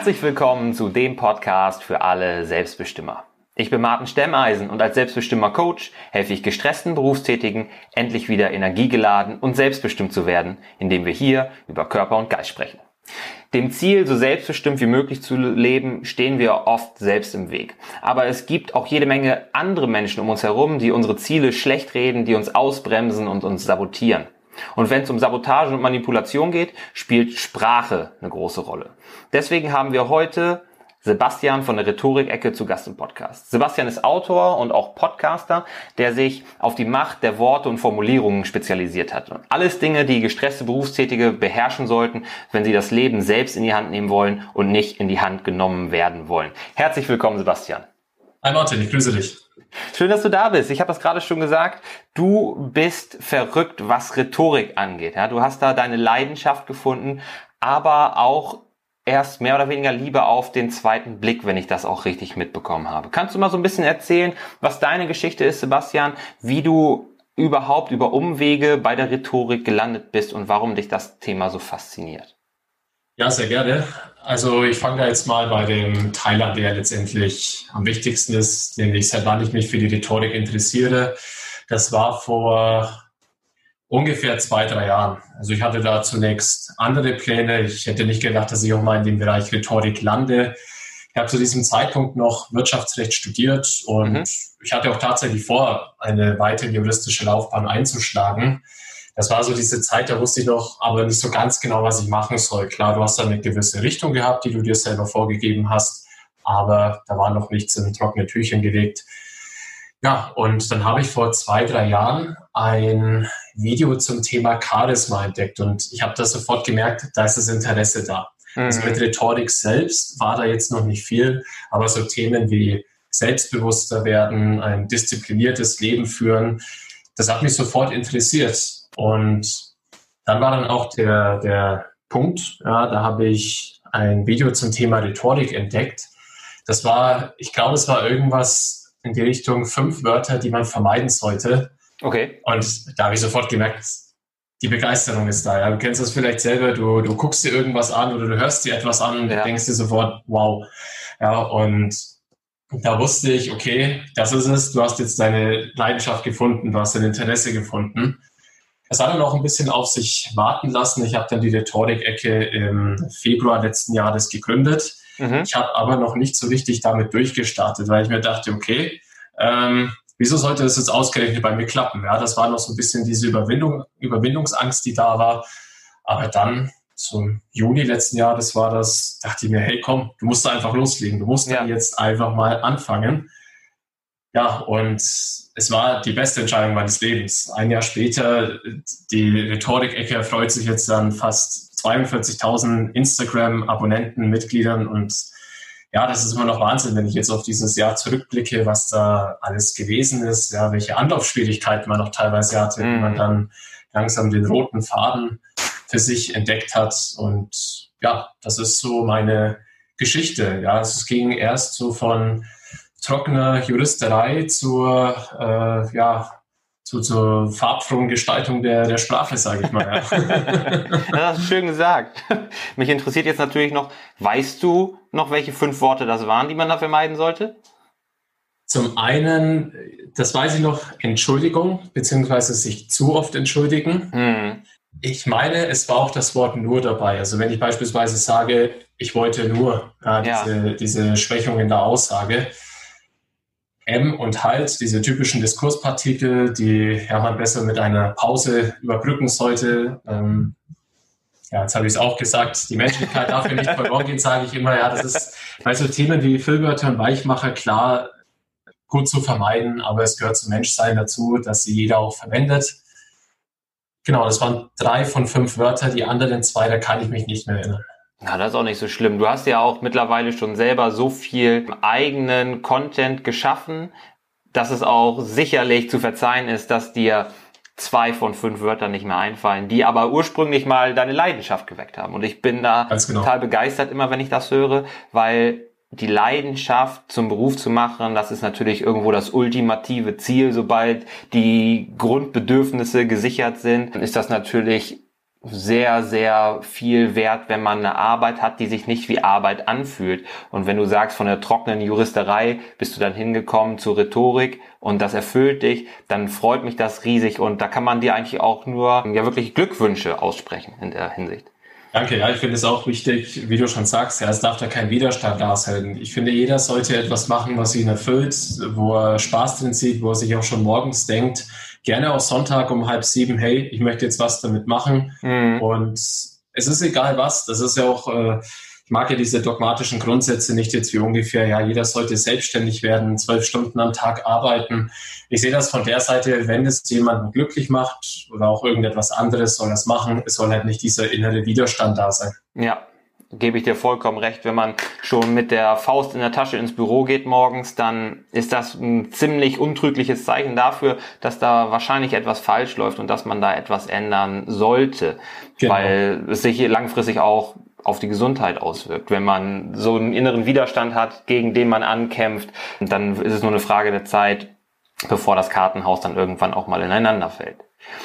Herzlich willkommen zu dem Podcast für alle Selbstbestimmer. Ich bin Martin Stemmeisen und als Selbstbestimmer-Coach helfe ich gestressten Berufstätigen, endlich wieder energiegeladen und selbstbestimmt zu werden, indem wir hier über Körper und Geist sprechen. Dem Ziel, so selbstbestimmt wie möglich zu leben, stehen wir oft selbst im Weg. Aber es gibt auch jede Menge andere Menschen um uns herum, die unsere Ziele schlecht reden, die uns ausbremsen und uns sabotieren. Und wenn es um Sabotage und Manipulation geht, spielt Sprache eine große Rolle. Deswegen haben wir heute Sebastian von der Rhetorik-Ecke zu Gast im Podcast. Sebastian ist Autor und auch Podcaster, der sich auf die Macht der Worte und Formulierungen spezialisiert hat. Und alles Dinge, die gestresste Berufstätige beherrschen sollten, wenn sie das Leben selbst in die Hand nehmen wollen und nicht in die Hand genommen werden wollen. Herzlich willkommen, Sebastian. Hi Martin, ich grüße dich. Schön, dass du da bist. Ich habe das gerade schon gesagt. Du bist verrückt, was Rhetorik angeht. Ja, du hast da deine Leidenschaft gefunden, aber auch erst mehr oder weniger Liebe auf den zweiten Blick, wenn ich das auch richtig mitbekommen habe. Kannst du mal so ein bisschen erzählen, was deine Geschichte ist, Sebastian, wie du überhaupt über Umwege bei der Rhetorik gelandet bist und warum dich das Thema so fasziniert? Ja, sehr gerne. Also ich fange da jetzt mal bei dem Teil an, der letztendlich am wichtigsten ist, nämlich seit wann ich mich für die Rhetorik interessiere. Das war vor ungefähr 2-3 Jahren. Also ich hatte da zunächst andere Pläne. Ich hätte nicht gedacht, dass ich auch mal in dem Bereich Rhetorik lande. Ich habe zu diesem Zeitpunkt noch Wirtschaftsrecht studiert und ich hatte auch tatsächlich vor, eine weitere juristische Laufbahn einzuschlagen. Das war so diese Zeit, da wusste ich noch aber nicht so ganz genau, was ich machen soll. Klar, du hast da eine gewisse Richtung gehabt, die du dir selber vorgegeben hast, aber da war noch nichts in trockene Tüchern gelegt. Ja, und dann habe ich vor 2-3 Jahren ein Video zum Thema Charisma entdeckt und ich habe da sofort gemerkt, da ist das Interesse da. Also mit Rhetorik selbst war da jetzt noch nicht viel, aber so Themen wie selbstbewusster werden, ein diszipliniertes Leben führen, das hat mich sofort interessiert. Und dann war dann auch der Punkt, ja, da habe ich ein Video zum Thema Rhetorik entdeckt. Das war, ich glaube, es war irgendwas in die Richtung 5 Wörter, die man vermeiden sollte. Okay. Und da habe ich sofort gemerkt, die Begeisterung ist da. Ja. Du kennst das vielleicht selber, du guckst dir irgendwas an oder du hörst dir etwas an und denkst dir sofort, wow. Ja, und da wusste ich, okay, das ist es. Du hast jetzt deine Leidenschaft gefunden, du hast dein Interesse gefunden. Es hat dann auch ein bisschen auf sich warten lassen. Ich habe dann die Rhetorik-Ecke im Februar letzten Jahres gegründet. Ich habe aber noch nicht so richtig damit durchgestartet, weil ich mir dachte, okay, wieso sollte das jetzt ausgerechnet bei mir klappen? Ja, das war noch so ein bisschen diese Überwindungsangst, die da war. Aber dann zum Juni letzten Jahres dachte ich mir, hey komm, du musst da einfach loslegen. Du musst dann jetzt einfach mal anfangen. Ja, und es war die beste Entscheidung meines Lebens. Ein Jahr später, die Rhetorik-Ecke erfreut sich jetzt dann fast 42.000 Instagram-Abonnenten, Mitgliedern und ja, das ist immer noch Wahnsinn, wenn ich jetzt auf dieses Jahr zurückblicke, was da alles gewesen ist, ja, welche Anlaufschwierigkeiten man noch teilweise hatte, wenn man dann langsam den roten Faden für sich entdeckt hat und ja, das ist so meine Geschichte. Ja, es ging erst so von trockener Juristerei zur farbfrohen Gestaltung der Sprache, sage ich mal. Ja. Das ist schön gesagt. Mich interessiert jetzt natürlich noch, weißt du noch, welche 5 Worte das waren, die man da vermeiden sollte? Zum einen, das weiß ich noch, Entschuldigung, beziehungsweise sich zu oft entschuldigen. Ich meine, es war auch das Wort nur dabei. Also wenn ich beispielsweise sage, ich wollte nur, diese Schwächung in der Aussage, und halt diese typischen Diskurspartikel, die man besser mit einer Pause überbrücken sollte. Jetzt habe ich es auch gesagt, die Menschlichkeit darf ja nicht verloren gehen, sage ich immer. Ja, das ist bei so Themen wie Füllwörter und Weichmacher klar gut zu vermeiden, aber es gehört zum Menschsein dazu, dass sie jeder auch verwendet. Genau, das waren 3 von 5 Wörter, die anderen 2, da kann ich mich nicht mehr erinnern. Na, das ist auch nicht so schlimm. Du hast ja auch mittlerweile schon selber so viel eigenen Content geschaffen, dass es auch sicherlich zu verzeihen ist, dass dir 2 von 5 Wörtern nicht mehr einfallen, die aber ursprünglich mal deine Leidenschaft geweckt haben. Und ich bin da total begeistert immer, wenn ich das höre, weil die Leidenschaft zum Beruf zu machen, das ist natürlich irgendwo das ultimative Ziel. Sobald die Grundbedürfnisse gesichert sind, ist das natürlich sehr, sehr viel wert, wenn man eine Arbeit hat, die sich nicht wie Arbeit anfühlt. Und wenn du sagst, von der trockenen Juristerei bist du dann hingekommen zur Rhetorik und das erfüllt dich, dann freut mich das riesig und da kann man dir eigentlich auch nur wirklich Glückwünsche aussprechen in der Hinsicht. Danke, ja, ich finde es auch wichtig, wie du schon sagst, ja, es darf da kein Widerstand da sein. Ich finde, jeder sollte etwas machen, was ihn erfüllt, wo er Spaß drin sieht, wo er sich auch schon morgens denkt, gerne auch Sonntag um 6:30, hey, ich möchte jetzt was damit machen. Und es ist egal was, das ist ja auch, ich mag ja diese dogmatischen Grundsätze nicht jetzt wie ungefähr, ja, jeder sollte selbstständig werden, 12 Stunden am Tag arbeiten. Ich sehe das von der Seite, wenn es jemanden glücklich macht oder auch irgendetwas anderes, soll das machen. Es soll halt nicht dieser innere Widerstand da sein. Ja, gebe ich dir vollkommen recht. Wenn man schon mit der Faust in der Tasche ins Büro geht morgens, dann ist das ein ziemlich untrügliches Zeichen dafür, dass da wahrscheinlich etwas falsch läuft und dass man da etwas ändern sollte, genau. Weil es sich hier langfristig auch auf die Gesundheit auswirkt. Wenn man so einen inneren Widerstand hat, gegen den man ankämpft, dann ist es nur eine Frage der Zeit, bevor das Kartenhaus dann irgendwann auch mal ineinander fällt.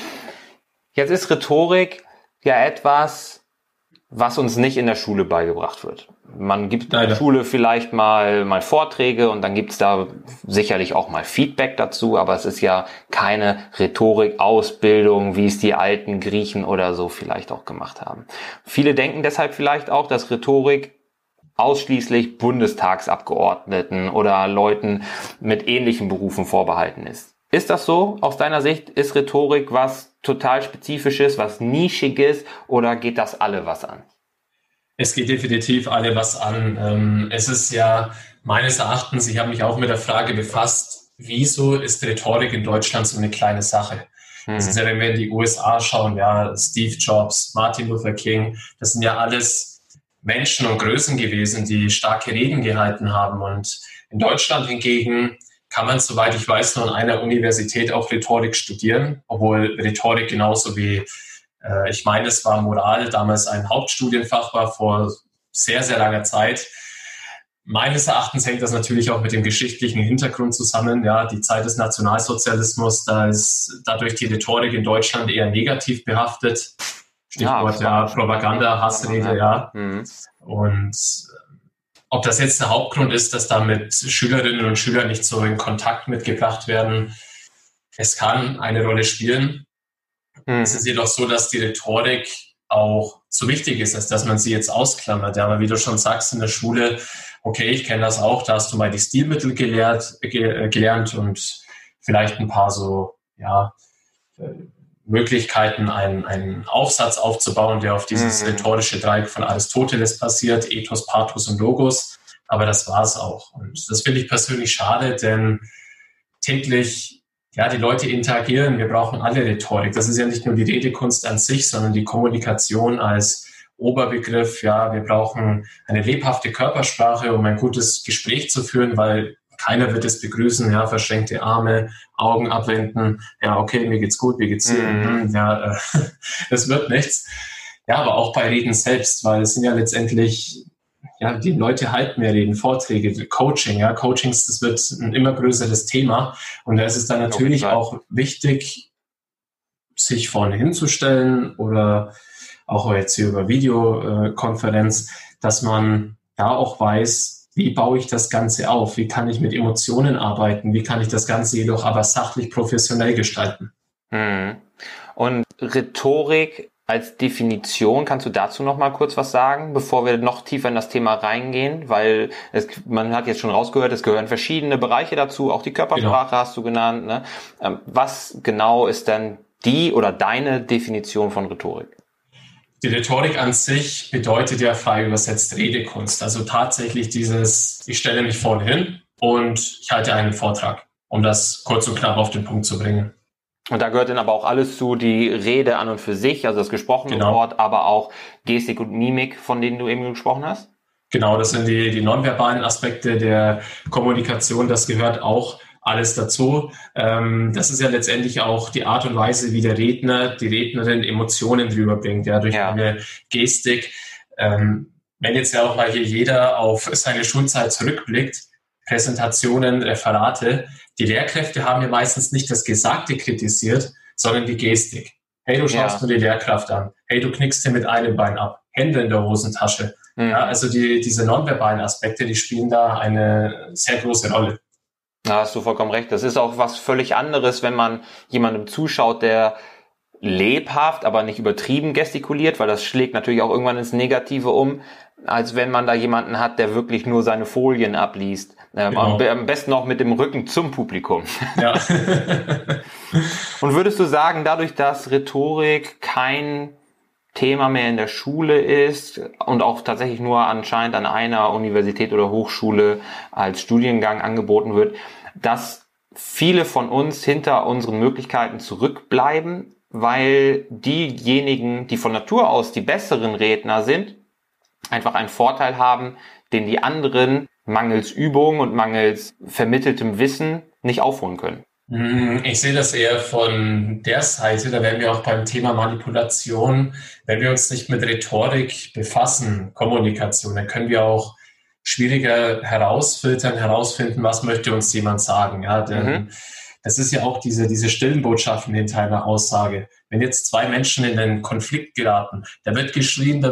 Jetzt ist Rhetorik ja etwas, was uns nicht in der Schule beigebracht wird. Man gibt in der Schule vielleicht mal Vorträge und dann gibt's da sicherlich auch mal Feedback dazu, aber es ist ja keine Rhetorik-Ausbildung, wie es die alten Griechen oder so vielleicht auch gemacht haben. Viele denken deshalb vielleicht auch, dass Rhetorik ausschließlich Bundestagsabgeordneten oder Leuten mit ähnlichen Berufen vorbehalten ist. Ist das so? Aus deiner Sicht ist Rhetorik was total Spezifisches, was Nischiges oder geht das alle was an? Es geht definitiv alle was an. Es ist ja meines Erachtens, ich habe mich auch mit der Frage befasst, wieso ist Rhetorik in Deutschland so eine kleine Sache? Das ist ja, wenn wir in die USA schauen, ja, Steve Jobs, Martin Luther King, das sind ja alles Menschen und Größen gewesen, die starke Reden gehalten haben. Und in Deutschland hingegen kann man, soweit ich weiß, nur an einer Universität auch Rhetorik studieren, obwohl Rhetorik genauso wie, ich meine, es war Moral, damals ein Hauptstudienfach war vor sehr, sehr langer Zeit. Meines Erachtens hängt das natürlich auch mit dem geschichtlichen Hintergrund zusammen. Ja, die Zeit des Nationalsozialismus, da ist dadurch die Rhetorik in Deutschland eher negativ behaftet. Stichwort ja, Propaganda, Hassrede, ja. Und ob das jetzt der Hauptgrund ist, dass da mit Schülerinnen und Schülern nicht so in Kontakt mitgebracht werden, es kann eine Rolle spielen. Es ist jedoch so, dass die Rhetorik auch so wichtig ist, als dass man sie jetzt ausklammert. Ja, aber wie du schon sagst, in der Schule, okay, ich kenne das auch, da hast du mal die Stilmittel gelernt und vielleicht ein paar so, ja, Möglichkeiten, einen Aufsatz aufzubauen, der auf dieses rhetorische Dreieck von Aristoteles basiert, Ethos, Pathos und Logos. Aber das war es auch. Und das finde ich persönlich schade, denn täglich, ja, die Leute interagieren. Wir brauchen alle Rhetorik. Das ist ja nicht nur die Redekunst an sich, sondern die Kommunikation als Oberbegriff. Ja, wir brauchen eine lebhafte Körpersprache, um ein gutes Gespräch zu führen, weil keiner wird es begrüßen, ja, verschränkte Arme, Augen abwenden, ja, okay, mir geht's gut, wie geht's dir? Ja, das wird nichts. Ja, aber auch bei Reden selbst, weil es sind ja letztendlich, ja, die Leute halten mehr Reden, Vorträge, Coaching, ja, Coachings, das wird ein immer größeres Thema und da ist es dann natürlich auch wichtig, sich vorne hinzustellen oder auch jetzt hier über Videokonferenz, dass man da auch weiß, wie baue ich das Ganze auf? Wie kann ich mit Emotionen arbeiten? Wie kann ich das Ganze jedoch aber sachlich professionell gestalten? Und Rhetorik als Definition, kannst du dazu noch mal kurz was sagen, bevor wir noch tiefer in das Thema reingehen? Weil man hat jetzt schon rausgehört, es gehören verschiedene Bereiche dazu, auch die Körpersprache hast du genannt. Ne? Was genau ist denn die oder deine Definition von Rhetorik? Die Rhetorik an sich bedeutet ja frei übersetzt Redekunst. Also tatsächlich dieses, ich stelle mich vorne hin und ich halte einen Vortrag, um das kurz und knapp auf den Punkt zu bringen. Und da gehört dann aber auch alles zu, die Rede an und für sich, also das gesprochene Wort, aber auch Gestik und Mimik, von denen du eben gesprochen hast? Genau, das sind die nonverbalen Aspekte der Kommunikation, das gehört auch alles dazu. Das ist ja letztendlich auch die Art und Weise, wie der Redner, die Rednerin Emotionen rüberbringt, ja, durch eine Gestik. Wenn jetzt ja auch mal hier jeder auf seine Schulzeit zurückblickt, Präsentationen, Referate, die Lehrkräfte haben ja meistens nicht das Gesagte kritisiert, sondern die Gestik. Hey, du schaust nur die Lehrkraft an. Hey, du knickst dir mit einem Bein ab. Hände in der Hosentasche. Ja, also diese nonverbalen Aspekte, die spielen da eine sehr große Rolle. Da hast du vollkommen recht. Das ist auch was völlig anderes, wenn man jemandem zuschaut, der lebhaft, aber nicht übertrieben gestikuliert, weil das schlägt natürlich auch irgendwann ins Negative um, als wenn man da jemanden hat, der wirklich nur seine Folien abliest. Genau. Am besten auch mit dem Rücken zum Publikum. Ja. Und würdest du sagen, dadurch, dass Rhetorik kein Thema mehr in der Schule ist und auch tatsächlich nur anscheinend an einer Universität oder Hochschule als Studiengang angeboten wird, dass viele von uns hinter unseren Möglichkeiten zurückbleiben, weil diejenigen, die von Natur aus die besseren Redner sind, einfach einen Vorteil haben, den die anderen mangels Übung und mangels vermitteltem Wissen nicht aufholen können? Ich sehe das eher von der Seite, da wären wir auch beim Thema Manipulation. Wenn wir uns nicht mit Rhetorik befassen, Kommunikation, dann können wir auch schwieriger herausfinden, was möchte uns jemand sagen. Ja, denn das ist ja auch diese stillen Botschaften hinter einer Aussage. Wenn jetzt zwei Menschen in einen Konflikt geraten, da wird geschrien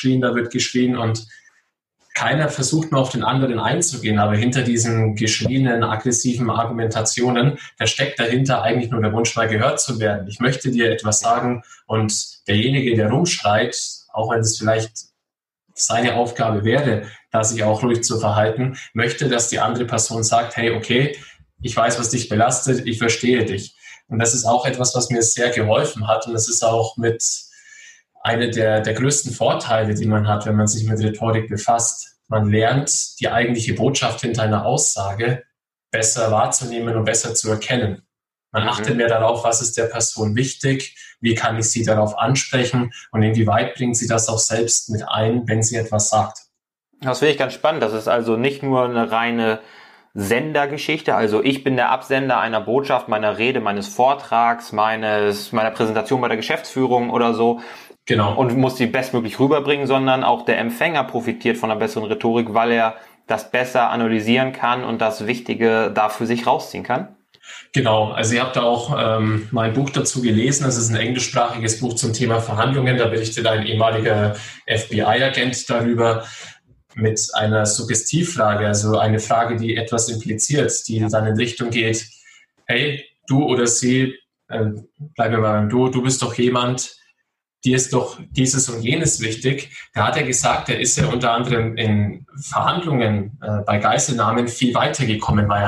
und keiner versucht nur auf den anderen einzugehen, aber hinter diesen geschrienen, aggressiven Argumentationen, da steckt dahinter eigentlich nur der Wunsch, mal gehört zu werden. Ich möchte dir etwas sagen und derjenige, der rumschreit, auch wenn es vielleicht seine Aufgabe wäre, da sich auch ruhig zu verhalten, möchte, dass die andere Person sagt, hey, okay, ich weiß, was dich belastet, ich verstehe dich. Und das ist auch etwas, was mir sehr geholfen hat. Und das ist auch mit einer der größten Vorteile, die man hat, wenn man sich mit Rhetorik befasst. Man lernt, die eigentliche Botschaft hinter einer Aussage besser wahrzunehmen und besser zu erkennen. Man achtet mehr darauf, was ist der Person wichtig, wie kann ich sie darauf ansprechen und inwieweit bringt sie das auch selbst mit ein, wenn sie etwas sagt. Das finde ich ganz spannend. Das ist also nicht nur eine reine Sendergeschichte, also ich bin der Absender einer Botschaft, meiner Rede, meines Vortrags, meiner Präsentation bei der Geschäftsführung oder so. Genau. Und muss die bestmöglich rüberbringen, sondern auch der Empfänger profitiert von einer besseren Rhetorik, weil er das besser analysieren kann und das Wichtige da für sich rausziehen kann. Genau, also ihr habt da auch mein Buch dazu gelesen. Das ist ein englischsprachiges Buch zum Thema Verhandlungen. Da berichtet ein ehemaliger FBI-Agent darüber, mit einer Suggestivfrage, also eine Frage, die etwas impliziert, die dann in Richtung geht, hey, du oder sie, bleiben wir mal beim Du bist doch jemand, dir ist doch dieses und jenes wichtig. Da hat er gesagt, er ist ja unter anderem in Verhandlungen bei Geiselnahmen viel weitergekommen, weil er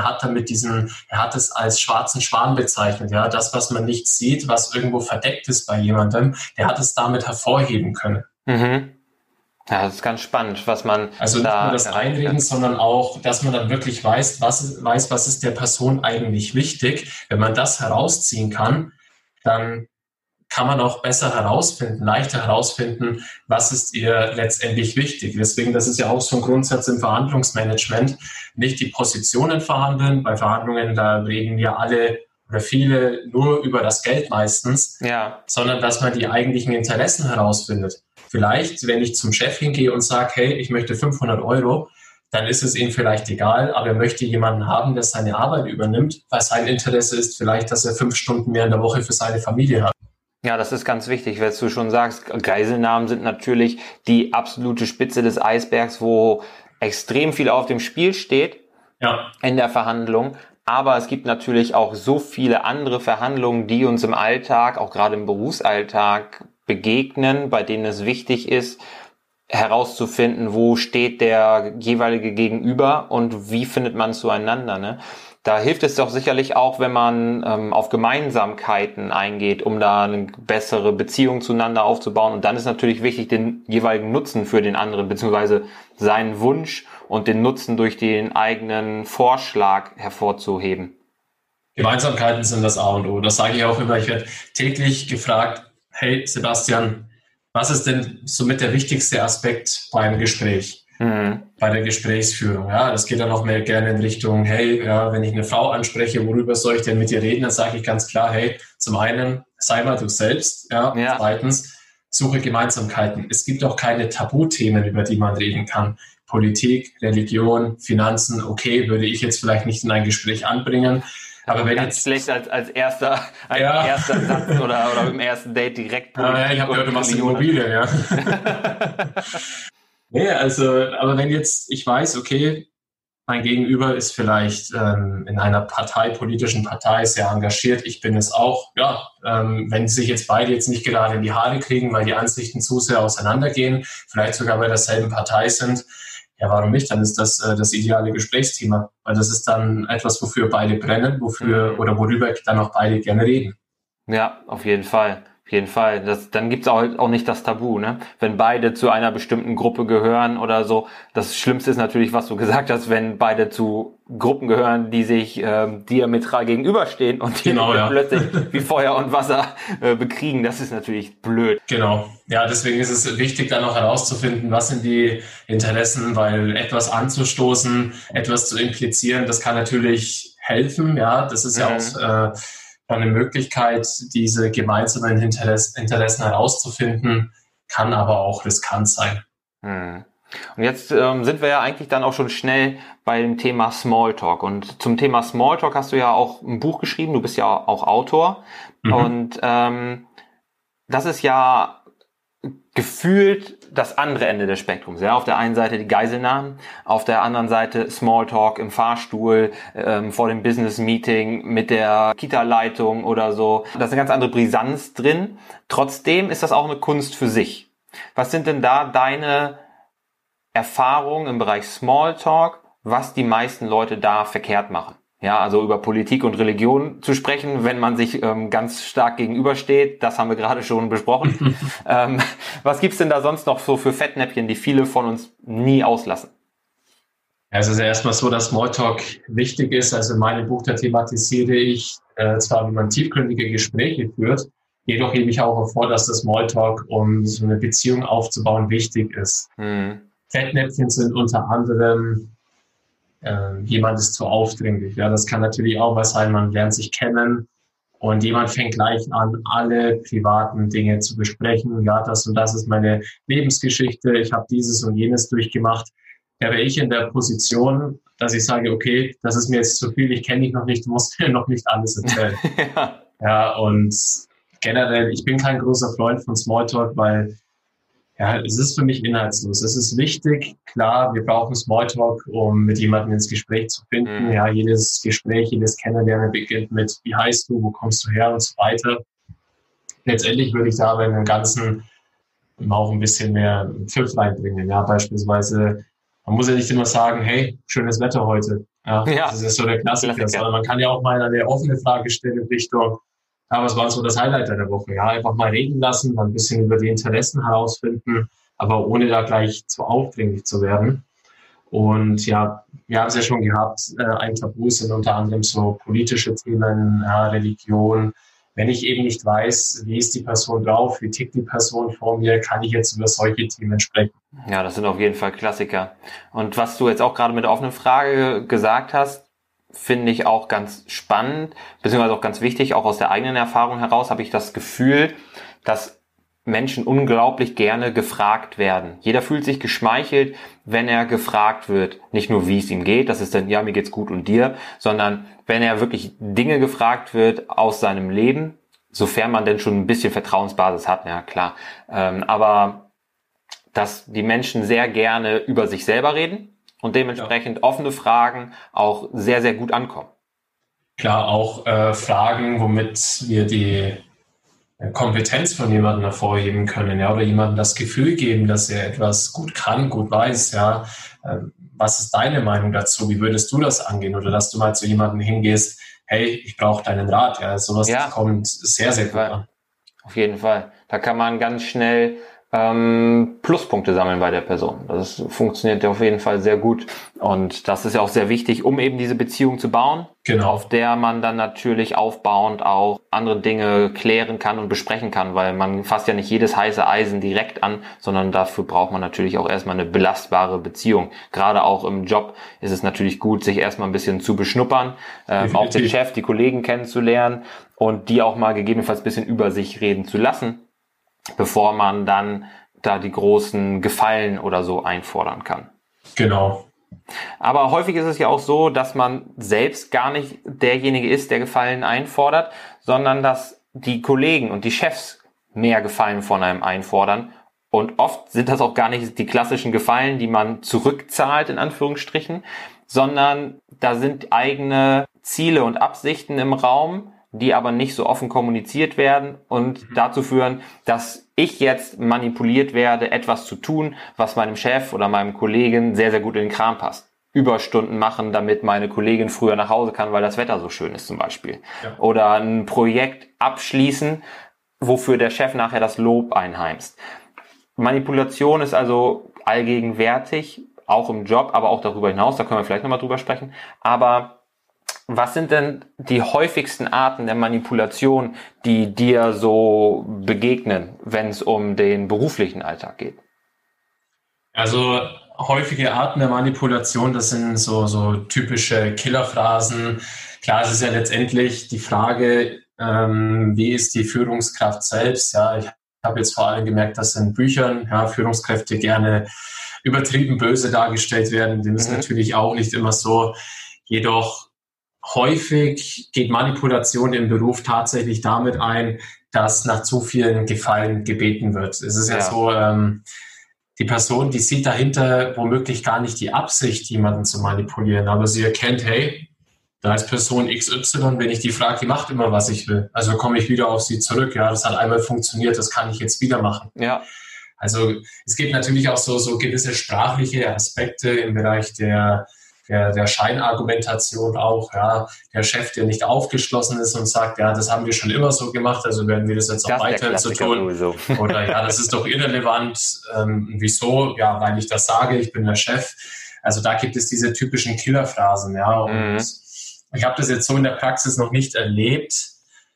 hat es als schwarzen Schwan bezeichnet, ja, das, was man nicht sieht, was irgendwo verdeckt ist bei jemandem, der hat es damit hervorheben können. Mhm. Ja, das ist ganz spannend, was man also nicht nur das Einreden, sondern auch, dass man dann wirklich weiß, was ist der Person eigentlich wichtig. Wenn man das herausziehen kann, dann kann man auch leichter herausfinden, was ist ihr letztendlich wichtig. Deswegen, das ist ja auch so ein Grundsatz im Verhandlungsmanagement, nicht die Positionen verhandeln. Bei Verhandlungen, da reden ja alle oder viele nur über das Geld meistens, sondern dass man die eigentlichen Interessen herausfindet. Vielleicht, wenn ich zum Chef hingehe und sage, hey, ich möchte 500 €, dann ist es ihm vielleicht egal, aber er möchte jemanden haben, der seine Arbeit übernimmt, weil sein Interesse ist vielleicht, dass er 5 Stunden mehr in der Woche für seine Familie hat. Ja, das ist ganz wichtig, weil du schon sagst, Geiselnahmen sind natürlich die absolute Spitze des Eisbergs, wo extrem viel auf dem Spiel steht in der Verhandlung. Aber es gibt natürlich auch so viele andere Verhandlungen, die uns im Alltag, auch gerade im Berufsalltag, begegnen, bei denen es wichtig ist, herauszufinden, wo steht der jeweilige Gegenüber und wie findet man zueinander, ne? Da hilft es doch sicherlich auch, wenn man auf Gemeinsamkeiten eingeht, um da eine bessere Beziehung zueinander aufzubauen. Und dann ist natürlich wichtig, den jeweiligen Nutzen für den anderen, beziehungsweise seinen Wunsch und den Nutzen durch den eigenen Vorschlag hervorzuheben. Gemeinsamkeiten sind das A und O. Das sage ich auch immer. Ich werde täglich gefragt, hey Sebastian, was ist denn somit der wichtigste Aspekt beim Gespräch? Bei der Gesprächsführung. Ja, das geht dann auch mehr gerne in Richtung, hey, ja, wenn ich eine Frau anspreche, worüber soll ich denn mit ihr reden? Dann sage ich ganz klar, hey, zum einen, sei mal du selbst. Ja. Zweitens, suche Gemeinsamkeiten. Es gibt auch keine Tabuthemen, über die man reden kann. Politik, Religion, Finanzen, okay, würde ich jetzt vielleicht nicht in ein Gespräch anbringen. Aber wenn ganz jetzt schlecht als erster Satz oder im ersten Date direkt Politik. Ich habe gehört, du machst Immobilien, ja. Nee, also, aber wenn jetzt ich weiß, okay, mein Gegenüber ist vielleicht in einer politischen Partei sehr engagiert, ich bin es auch, ja, wenn sich jetzt beide jetzt nicht gerade in die Haare kriegen, weil die Ansichten zu sehr auseinandergehen, vielleicht sogar bei derselben Partei sind, ja, warum nicht? Dann ist das das ideale Gesprächsthema, weil das ist dann etwas, wofür beide brennen, oder worüber dann auch beide gerne reden. Ja, auf jeden Fall. Auf jeden Fall. Dann gibt's auch nicht das Tabu, ne? Wenn beide zu einer bestimmten Gruppe gehören oder so. Das Schlimmste ist natürlich, was du gesagt hast, wenn beide zu Gruppen gehören, die sich diametral gegenüberstehen und die plötzlich wie Feuer und Wasser bekriegen. Das ist natürlich blöd. Genau. Ja, deswegen ist es wichtig, dann auch herauszufinden, was sind die Interessen, weil etwas anzustoßen, etwas zu implizieren, das kann natürlich helfen. Ja, das ist ja auch eine Möglichkeit, diese gemeinsamen Interessen herauszufinden, kann aber auch riskant sein. Und jetzt sind wir ja eigentlich dann auch schon schnell bei dem Thema Smalltalk. Und zum Thema Smalltalk hast du ja auch ein Buch geschrieben, du bist ja auch Autor. Und das ist ja gefühlt das andere Ende des Spektrums. Ja, auf der einen Seite die Geiselnahmen, auf der anderen Seite Smalltalk im Fahrstuhl, vor dem Business-Meeting mit der Kita-Leitung oder so. Da ist eine ganz andere Brisanz drin. Trotzdem ist das auch eine Kunst für sich. Was sind denn da deine Erfahrungen im Bereich Smalltalk, was die meisten Leute da verkehrt machen? Ja, also über Politik und Religion zu sprechen, wenn man sich ganz stark gegenübersteht, das haben wir gerade schon besprochen. Was gibt's denn da sonst noch so für Fettnäpfchen, die viele von uns nie auslassen? Also es ist erstmal so, dass Smalltalk wichtig ist. Also in meinem Buch, da thematisiere ich zwar, wie man tiefgründige Gespräche führt, jedoch hebe ich auch vor, dass das Smalltalk, um so eine Beziehung aufzubauen, wichtig ist. Fettnäpfchen sind unter anderem jemand ist zu aufdringlich. Ja, das kann natürlich auch was sein, man lernt sich kennen und jemand fängt gleich an, alle privaten Dinge zu besprechen. Ja, das und das ist meine Lebensgeschichte, ich habe dieses und jenes durchgemacht. Ja, wäre ich in der Position, dass ich sage, okay, das ist mir jetzt zu viel, ich kenne dich noch nicht, du musst mir noch nicht alles erzählen. Ja, und generell, ich bin kein großer Freund von Smalltalk, weil ja, es ist für mich inhaltslos. Es ist wichtig, klar, wir brauchen Smalltalk, um mit jemandem ins Gespräch zu finden. Ja, jedes Gespräch, jedes Kennenlernen beginnt mit, wie heißt du, wo kommst du her und so weiter. Letztendlich würde ich da aber in dem Ganzen auch ein bisschen mehr Pfiff reinbringen. Ja, beispielsweise, man muss ja nicht immer sagen, hey, schönes Wetter heute. Ja, das ist so der Klassiker. Sondern man kann ja auch mal eine offene Frage stellen in Richtung, ja, was war so das Highlight der Woche? Ja, einfach mal reden lassen, mal ein bisschen über die Interessen herausfinden, aber ohne da gleich zu aufdringlich zu werden. Und ja, wir haben es ja schon gehabt, ein Tabu sind unter anderem so politische Themen, ja, Religion. Wenn ich eben nicht weiß, wie ist die Person drauf, wie tickt die Person vor mir, kann ich jetzt über solche Themen sprechen. Ja, das sind auf jeden Fall Klassiker. Und was du jetzt auch gerade mit der offenen Frage gesagt hast, finde ich auch ganz spannend, beziehungsweise auch ganz wichtig, auch aus der eigenen Erfahrung heraus habe ich das Gefühl, dass Menschen unglaublich gerne gefragt werden. Jeder fühlt sich geschmeichelt, wenn er gefragt wird. Nicht nur, wie es ihm geht, das ist dann, ja, mir geht's gut und dir, sondern wenn er wirklich Dinge gefragt wird aus seinem Leben, sofern man denn schon ein bisschen Vertrauensbasis hat, ja klar. Aber dass die Menschen sehr gerne über sich selber reden, und dementsprechend offene Fragen auch sehr, sehr gut ankommen. Klar, auch Fragen, womit wir die Kompetenz von jemandem hervorheben können, ja, oder jemandem das Gefühl geben, dass er etwas gut kann, gut weiß, ja. Was ist deine Meinung dazu? Wie würdest du das angehen? Oder dass du mal zu jemandem hingehst, hey, ich brauche deinen Rat, ja. Sowas kommt sehr, sehr gut an. Auf jeden Fall. Da kann man ganz schnell Pluspunkte sammeln bei der Person. Das funktioniert auf jeden Fall sehr gut und das ist ja auch sehr wichtig, um eben diese Beziehung zu bauen, auf der man dann natürlich aufbauend auch andere Dinge klären kann und besprechen kann, weil man fasst ja nicht jedes heiße Eisen direkt an, sondern dafür braucht man natürlich auch erstmal eine belastbare Beziehung. Gerade auch im Job ist es natürlich gut, sich erstmal ein bisschen zu beschnuppern, auch den Chef, die Kollegen kennenzulernen und die auch mal gegebenenfalls ein bisschen über sich reden zu lassen, bevor man dann da die großen Gefallen oder so einfordern kann. Genau. Aber häufig ist es ja auch so, dass man selbst gar nicht derjenige ist, der Gefallen einfordert, sondern dass die Kollegen und die Chefs mehr Gefallen von einem einfordern. Und oft sind das auch gar nicht die klassischen Gefallen, die man zurückzahlt, in Anführungsstrichen, sondern da sind eigene Ziele und Absichten im Raum, die aber nicht so offen kommuniziert werden und dazu führen, dass ich jetzt manipuliert werde, etwas zu tun, was meinem Chef oder meinem Kollegen sehr, sehr gut in den Kram passt. Überstunden machen, damit meine Kollegin früher nach Hause kann, weil das Wetter so schön ist zum Beispiel. Ja. Oder ein Projekt abschließen, wofür der Chef nachher das Lob einheimst. Manipulation ist also allgegenwärtig, auch im Job, aber auch darüber hinaus, da können wir vielleicht nochmal drüber sprechen. Aber was sind denn die häufigsten Arten der Manipulation, die dir so begegnen, wenn es um den beruflichen Alltag geht? Also häufige Arten der Manipulation, das sind so typische Killerphrasen. Klar, es ist ja letztendlich die Frage, wie ist die Führungskraft selbst? Ja, ich habe jetzt vor allem gemerkt, dass in Büchern Führungskräfte gerne übertrieben böse dargestellt werden. Dem ist natürlich auch nicht immer so. Jedoch häufig geht Manipulation im Beruf tatsächlich damit ein, dass nach zu vielen Gefallen gebeten wird. Es ist ja so, die Person, die sieht dahinter womöglich gar nicht die Absicht, jemanden zu manipulieren, aber sie erkennt, hey, da ist Person XY, wenn ich die frage, die macht immer, was ich will. Also komme ich wieder auf sie zurück. Ja, das hat einmal funktioniert, das kann ich jetzt wieder machen. Ja. Also es gibt natürlich auch so gewisse sprachliche Aspekte im Bereich der Scheinargumentation auch. Ja, der Chef, der nicht aufgeschlossen ist und sagt, ja, das haben wir schon immer so gemacht, also werden wir das jetzt auch weiter so tun. Sowieso. Oder ja, das ist doch irrelevant. Wieso? Ja, weil ich das sage, ich bin der Chef. Also da gibt es diese typischen Killerphrasen. Ja, und ich habe das jetzt so in der Praxis noch nicht erlebt.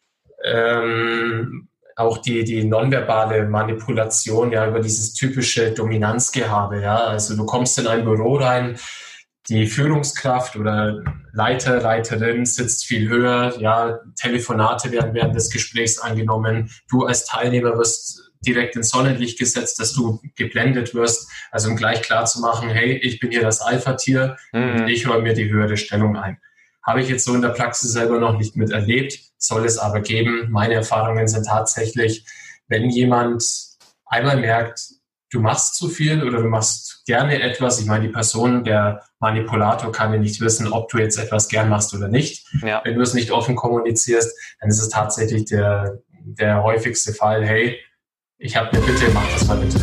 Auch die nonverbale Manipulation, ja, über dieses typische Dominanzgehabe, ja. Also du kommst in ein Büro rein, die Führungskraft oder Leiter, Leiterin sitzt viel höher, ja, Telefonate werden während des Gesprächs angenommen. Du als Teilnehmer wirst direkt ins Sonnenlicht gesetzt, dass du geblendet wirst. Also um gleich klar zu machen, hey, ich bin hier das Alpha-Tier und ich räume mir die höhere Stellung ein. Habe ich jetzt so in der Praxis selber noch nicht miterlebt, soll es aber geben. Meine Erfahrungen sind tatsächlich, wenn jemand einmal merkt, du machst zu viel oder du machst gerne etwas, ich meine, die Person, der Manipulator kann ja nicht wissen, ob du jetzt etwas gern machst oder nicht. Ja. Wenn du es nicht offen kommunizierst, dann ist es tatsächlich der häufigste Fall, hey, ich habe eine Bitte, mach das mal bitte.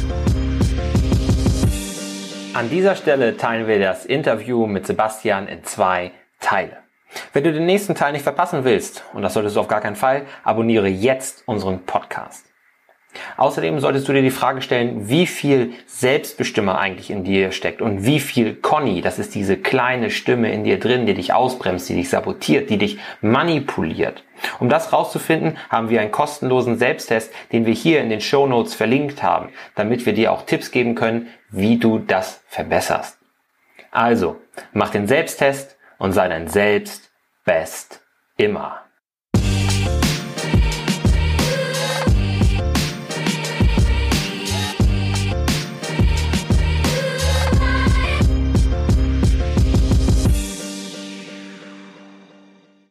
An dieser Stelle teilen wir das Interview mit Sebastian in 2 Teile. Wenn du den nächsten Teil nicht verpassen willst, und das solltest du auf gar keinen Fall, abonniere jetzt unseren Podcast. Außerdem solltest du dir die Frage stellen, wie viel Selbstbestimmer eigentlich in dir steckt und wie viel Conny, das ist diese kleine Stimme in dir drin, die dich ausbremst, die dich sabotiert, die dich manipuliert. Um das rauszufinden, haben wir einen kostenlosen Selbsttest, den wir hier in den Shownotes verlinkt haben, damit wir dir auch Tipps geben können, wie du das verbesserst. Also, mach den Selbsttest und sei dein Selbst best immer.